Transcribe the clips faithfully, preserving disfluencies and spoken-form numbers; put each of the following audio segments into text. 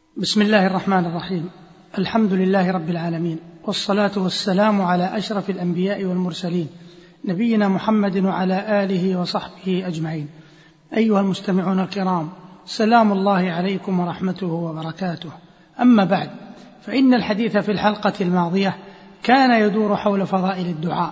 بسم الله الرحمن الرحيم. الحمد لله رب العالمين، والصلاة والسلام على أشرف الأنبياء والمرسلين، نبينا محمد وعلى آله وصحبه أجمعين. أيها المستمعون الكرام، سلام الله عليكم ورحمته وبركاته. أما بعد، فإن الحديث في الحلقة الماضية كان يدور حول فضائل الدعاء،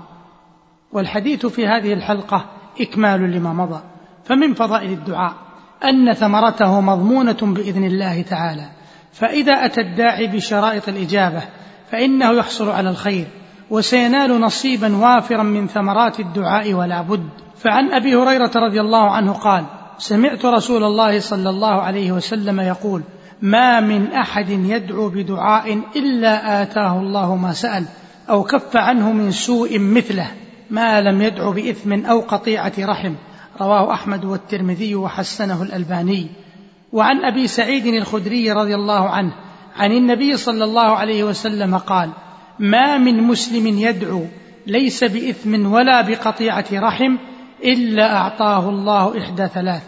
والحديث في هذه الحلقة إكمال لما مضى. فمن فضائل الدعاء أن ثمرته مضمونة بإذن الله تعالى، فإذا أتى الداعي بشرائط الإجابة فإنه يحصل على الخير وسينال نصيبا وافرا من ثمرات الدعاء ولا بد. فعن أبي هريرة رضي الله عنه قال: سمعت رسول الله صلى الله عليه وسلم يقول: ما من أحد يدعو بدعاء إلا آتاه الله ما سأل أو كف عنه من سوء مثله، ما لم يدعو بإثم أو قطيعة رحم. رواه أحمد والترمذي وحسنه الألباني. وعن أبي سعيد الخدري رضي الله عنه عن النبي صلى الله عليه وسلم قال: ما من مسلم يدعو ليس بإثم ولا بقطيعة رحم إلا أعطاه الله إحدى ثلاث: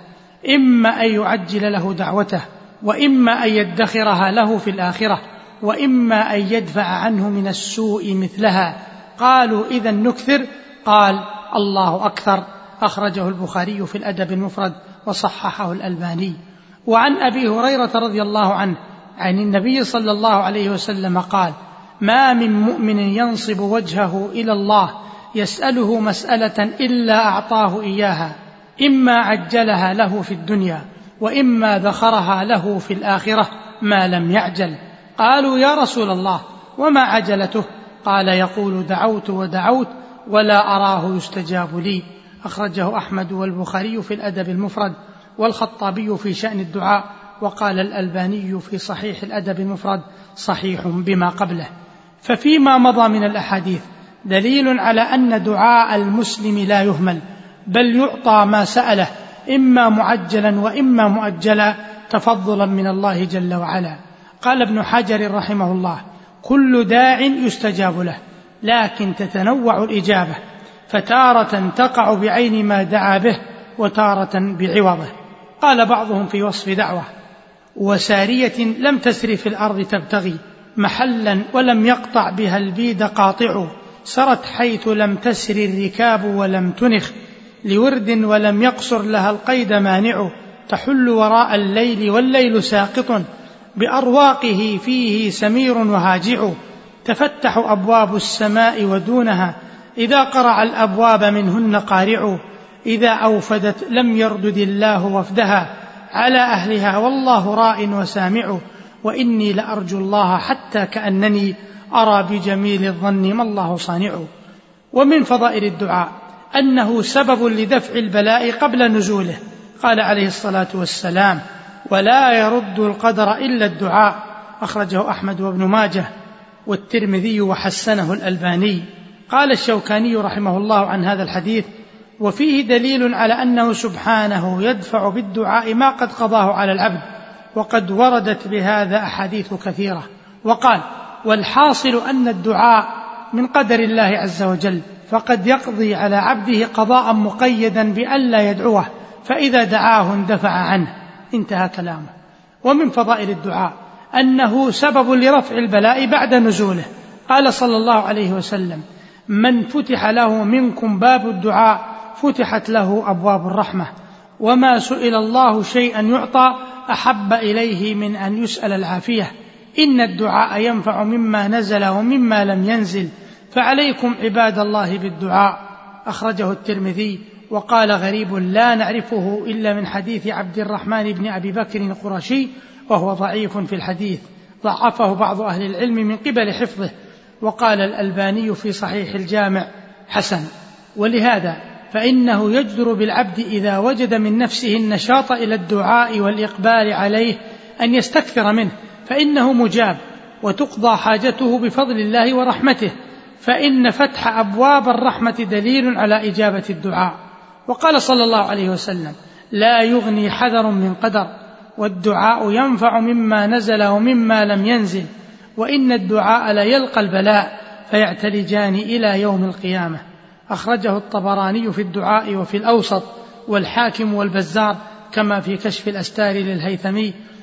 إما أن يعجل له دعوته، وإما أن يدخرها له في الآخرة، وإما أن يدفع عنه من السوء مثلها. قالوا: إذا نكثر؟ قال: الله أكثر. أخرجه البخاري في الأدب المفرد وصححه الألباني. وعن أبي هريرة رضي الله عنه عن النبي صلى الله عليه وسلم قال: ما من مؤمن ينصب وجهه إلى الله يسأله مسألة إلا أعطاه إياها، إما عجلها له في الدنيا، وإما ذخرها له في الآخرة ما لم يعجل. قالوا: يا رسول الله، وما عجلته؟ قال: يقول: دعوت ودعوت ولا أراه يستجاب لي. أخرجه أحمد والبخاري في الأدب المفرد والخطابي في شأن الدعاء، وقال الألباني في صحيح الأدب المفرد: صحيح بما قبله. ففيما مضى من الأحاديث دليل على أن دعاء المسلم لا يهمل، بل يعطى ما سأله، إما معجلا وإما مؤجلا، تفضلا من الله جل وعلا. قال ابن حجر رحمه الله: كل داع يستجاب له، لكن تتنوع الإجابة، فتارة تقع بعين ما دعا به، وتارة بعوضه. قال بعضهم في وصف دعوة: وسارية لم تسر في الأرض تبتغي محلا ولم يقطع بها البيد قاطع، سرت حيث لم تسر الركاب ولم تنخ لورد ولم يقصر لها القيد مانع، تحل وراء الليل والليل ساقط بأرواقه فيه سمير وهاجع، تفتح أبواب السماء ودونها إذا قرع الأبواب منهن قارع، إذا أوفدت لم يردد الله وفدها على أهلها والله راء وسامع، وإني لأرجو الله حتى كأنني أرى بجميل الظن ما الله صانع. ومن فضائل الدعاء أنه سبب لدفع البلاء قبل نزوله. قال عليه الصلاة والسلام: ولا يرد القدر إلا الدعاء. أخرجه أحمد وابن ماجه والترمذي وحسنه الألباني. قال الشوكاني رحمه الله عن هذا الحديث: وفيه دليل على أنه سبحانه يدفع بالدعاء ما قد قضاه على العبد، وقد وردت بهذا أحاديث كثيرة. وقال: والحاصل أن الدعاء من قدر الله عز وجل، فقد يقضي على عبده قضاء مقيدا بألا يدعوه، فإذا دعاه اندفع عنه. انتهى كلامه. ومن فضائل الدعاء أنه سبب لرفع البلاء بعد نزوله. قال صلى الله عليه وسلم: من فتح له منكم باب الدعاء فتحت له أبواب الرحمة، وما سئل الله شيئا يعطى أحب إليه من أن يسأل العافية. إن الدعاء ينفع مما نزل ومما لم ينزل، فعليكم عباد الله بالدعاء. أخرجه الترمذي. وقال: غريب لا نعرفه إلا من حديث عبد الرحمن بن أبي بكر القرشي، وهو ضعيف في الحديث، ضعفه بعض أهل العلم من قبل حفظه. وقال الألباني في صحيح الجامع: حسن. ولهذا فإنه يجدر بالعبد إذا وجد من نفسه النشاط إلى الدعاء والإقبال عليه أن يستكثر منه، فإنه مجاب، وتقضى حاجته بفضل الله ورحمته، فإن فتح أبواب الرحمة دليل على إجابة الدعاء. وقال صلى الله عليه وسلم: لا يغني حذر من قدر، والدعاء ينفع مما نزل ومما لم ينزل، وإن الدعاء لا يلقى البلاء فيعتلجان إلى يوم القيامة. أخرجه الطبراني في الدعاء وفي الأوسط، والحاكم والبزار، كما في كشف الأستار للهيثمي،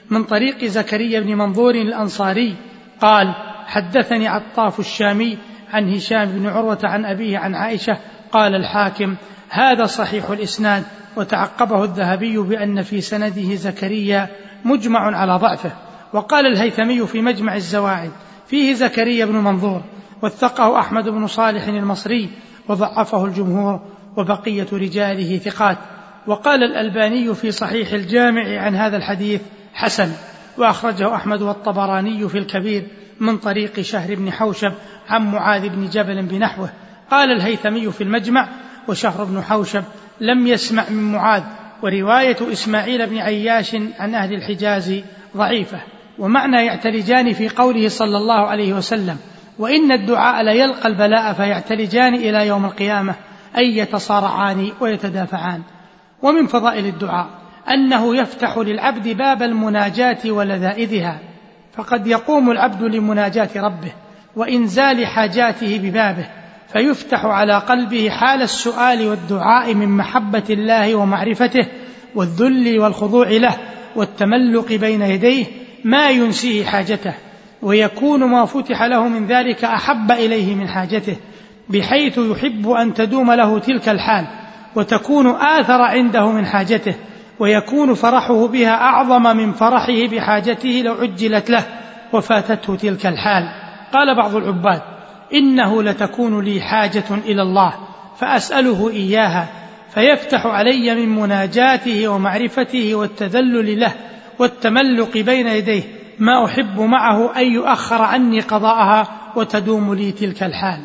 من طريق زكريا بن منظور الأنصاري قال حدثني عطاف الشامي عن هشام بن عروة عن أبيه عن عائشة. قال الحاكم هذا صحيح الإسناد، وتعقبه الذهبي بأن في سنده زكريا مجمع على ضعفه. وقال الهيثمي في مجمع الزواعد فيه زكريا بن منظور، وثقه أحمد بن صالح المصري وضعفه الجمهور، وبقية رجاله ثقات. وقال الألباني في صحيح الجامع عن هذا الحديث حسن، وأخرجه أحمد والطبراني في الكبير من طريق شهر بن حوشب عن معاذ بن جبل بنحوه. قال الهيثمي في المجمع وشهر بن حوشب لم يسمع من معاذ، ورواية إسماعيل بن عياش عن أهل الحجاز ضعيفة. ومعنى يعتلجان في قوله صلى الله عليه وسلم وإن الدعاء ليلقى البلاء فيعتلجان إلى يوم القيامة، أي يتصارعان ويتدافعان. ومن فضائل الدعاء أنه يفتح للعبد باب المناجاة ولذائذها، فقد يقوم العبد لمناجاة ربه وإنزال حاجاته ببابه، فيفتح على قلبه حال السؤال والدعاء من محبة الله ومعرفته والذل والخضوع له والتملق بين يديه ما ينسيه حاجته، ويكون ما فتح له من ذلك أحب إليه من حاجته، بحيث يحب أن تدوم له تلك الحال وتكون آثر عنده من حاجته، ويكون فرحه بها أعظم من فرحه بحاجته لو عجلت له وفاتته تلك الحال. قال بعض العباد إنه لتكون لي حاجة إلى الله فأسأله إياها، فيفتح علي من مناجاته ومعرفته والتذلل له والتملق بين يديه ما أحب معه أن يؤخر عني قضاءها وتدوم لي تلك الحال.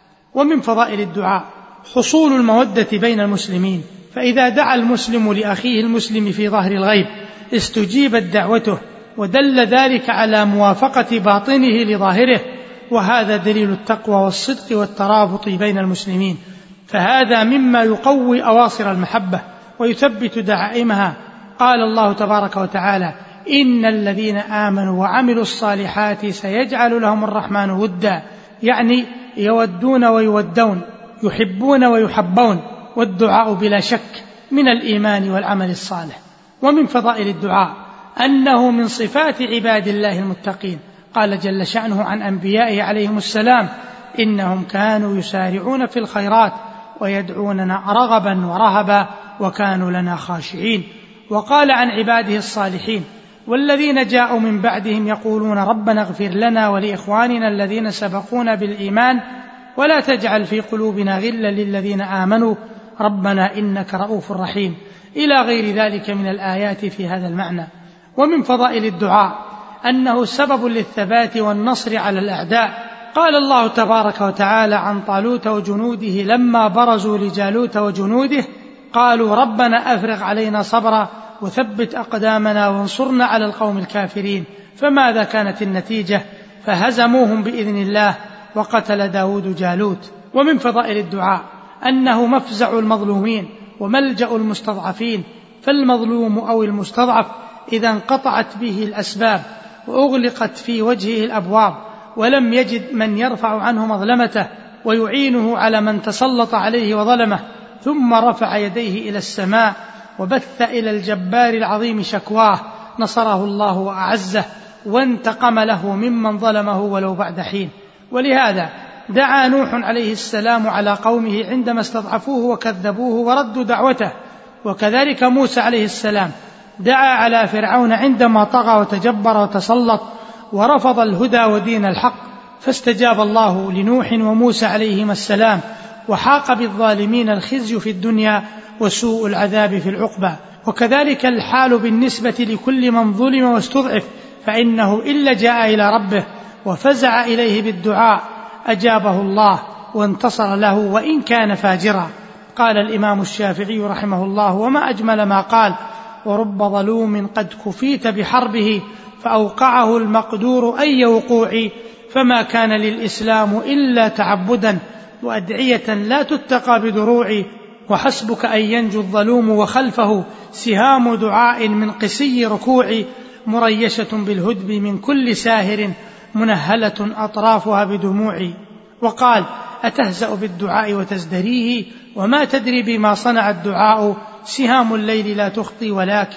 ومن فضائل الدعاء حصول المودة بين المسلمين، فإذا دعا المسلم لأخيه المسلم في ظهر الغيب استجيبت دعوته، ودل ذلك على موافقة باطنه لظاهره، وهذا دليل التقوى والصدق والترابط بين المسلمين، فهذا مما يقوي أواصر المحبة ويثبت دعائمها. قال الله تبارك وتعالى إن الذين آمنوا وعملوا الصالحات سيجعل لهم الرحمن ودا، يعني يودون ويودون، يحبون ويحبون، والدعاء بلا شك من الإيمان والعمل الصالح. ومن فضائل الدعاء أنه من صفات عباد الله المتقين، قال جل شأنه عن أنبيائه عليهم السلام إنهم كانوا يسارعون في الخيرات ويدعوننا رغبا ورهبا وكانوا لنا خاشعين. وقال عن عباده الصالحين والذين جاءوا من بعدهم يقولون ربنا اغفر لنا ولإخواننا الذين سبقونا بالإيمان ولا تجعل في قلوبنا غلا للذين آمنوا ربنا إنك رؤوف رحيم، إلى غير ذلك من الآيات في هذا المعنى. ومن فضائل الدعاء أنه سبب للثبات والنصر على الأعداء. قال الله تبارك وتعالى عن طالوت وجنوده لما برزوا لجالوت وجنوده قالوا ربنا أفرغ علينا صبرا وثبت أقدامنا وانصرنا على القوم الكافرين، فماذا كانت النتيجة؟ فهزموهم بإذن الله وقتل داود جالوت. ومن فضائل الدعاء أنه مفزع المظلومين وملجأ المستضعفين، فالمظلوم أو المستضعف إذا انقطعت به الأسباب وأغلقت في وجهه الأبواب ولم يجد من يرفع عنه مظلمته ويعينه على من تسلط عليه وظلمه، ثم رفع يديه إلى السماء وبث إلى الجبار العظيم شكواه، نصره الله وأعزه وانتقم له ممن ظلمه ولو بعد حين. ولهذا دعا نوح عليه السلام على قومه عندما استضعفوه وكذبوه وردوا دعوته، وكذلك موسى عليه السلام دعا على فرعون عندما طغى وتجبر وتسلط ورفض الهدى ودين الحق، فاستجاب الله لنوح وموسى عليهما السلام، وحاق بالظالمين الخزي في الدنيا وسوء العذاب في العقبى. وكذلك الحال بالنسبة لكل من ظلم واستضعف، فإنه إن لجأ إلى ربه وفزع إليه بالدعاء أجابه الله وانتصر له وإن كان فاجرا. قال الإمام الشافعي رحمه الله وما أجمل ما قال ورب ظلوم قد كفيت بحربه فأوقعه المقدور أي وقوع، فما كان للإسلام إلا تعبدا وأدعية لا تتقى بدروع، وحسبك أن ينجو الظلوم وخلفه سهام دعاء من قسي ركوع، مريشة بالهدب من كل ساهر منهلة أطرافها بدموع. وقال أتهزأ بالدعاء وتزدريه وما تدري بما صنع الدعاء، سهام الليل لا تخطي ولكن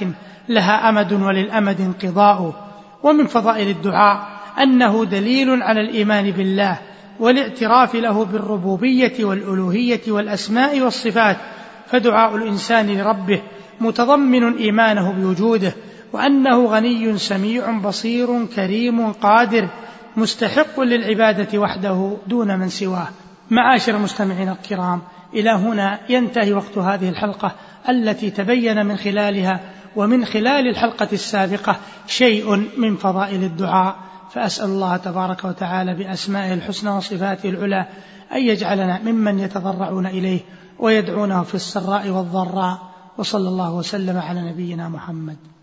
لها أمد وللأمد انقضاء. ومن فضائل الدعاء أنه دليل على الإيمان بالله والاعتراف له بالربوبية والألوهية والأسماء والصفات، فدعاء الإنسان لربه متضمن إيمانه بوجوده وأنه غني سميع بصير كريم قادر مستحق للعبادة وحده دون من سواه. معاشر المستمعين الكرام، إلى هنا ينتهي وقت هذه الحلقة التي تبين من خلالها ومن خلال الحلقة السابقة شيء من فضائل الدعاء، فأسأل الله تبارك وتعالى بأسمائه الحسنى وصفاته العلى أن يجعلنا ممن يتضرعون إليه ويدعونه في السراء والضراء. وصلى الله وسلم على نبينا محمد.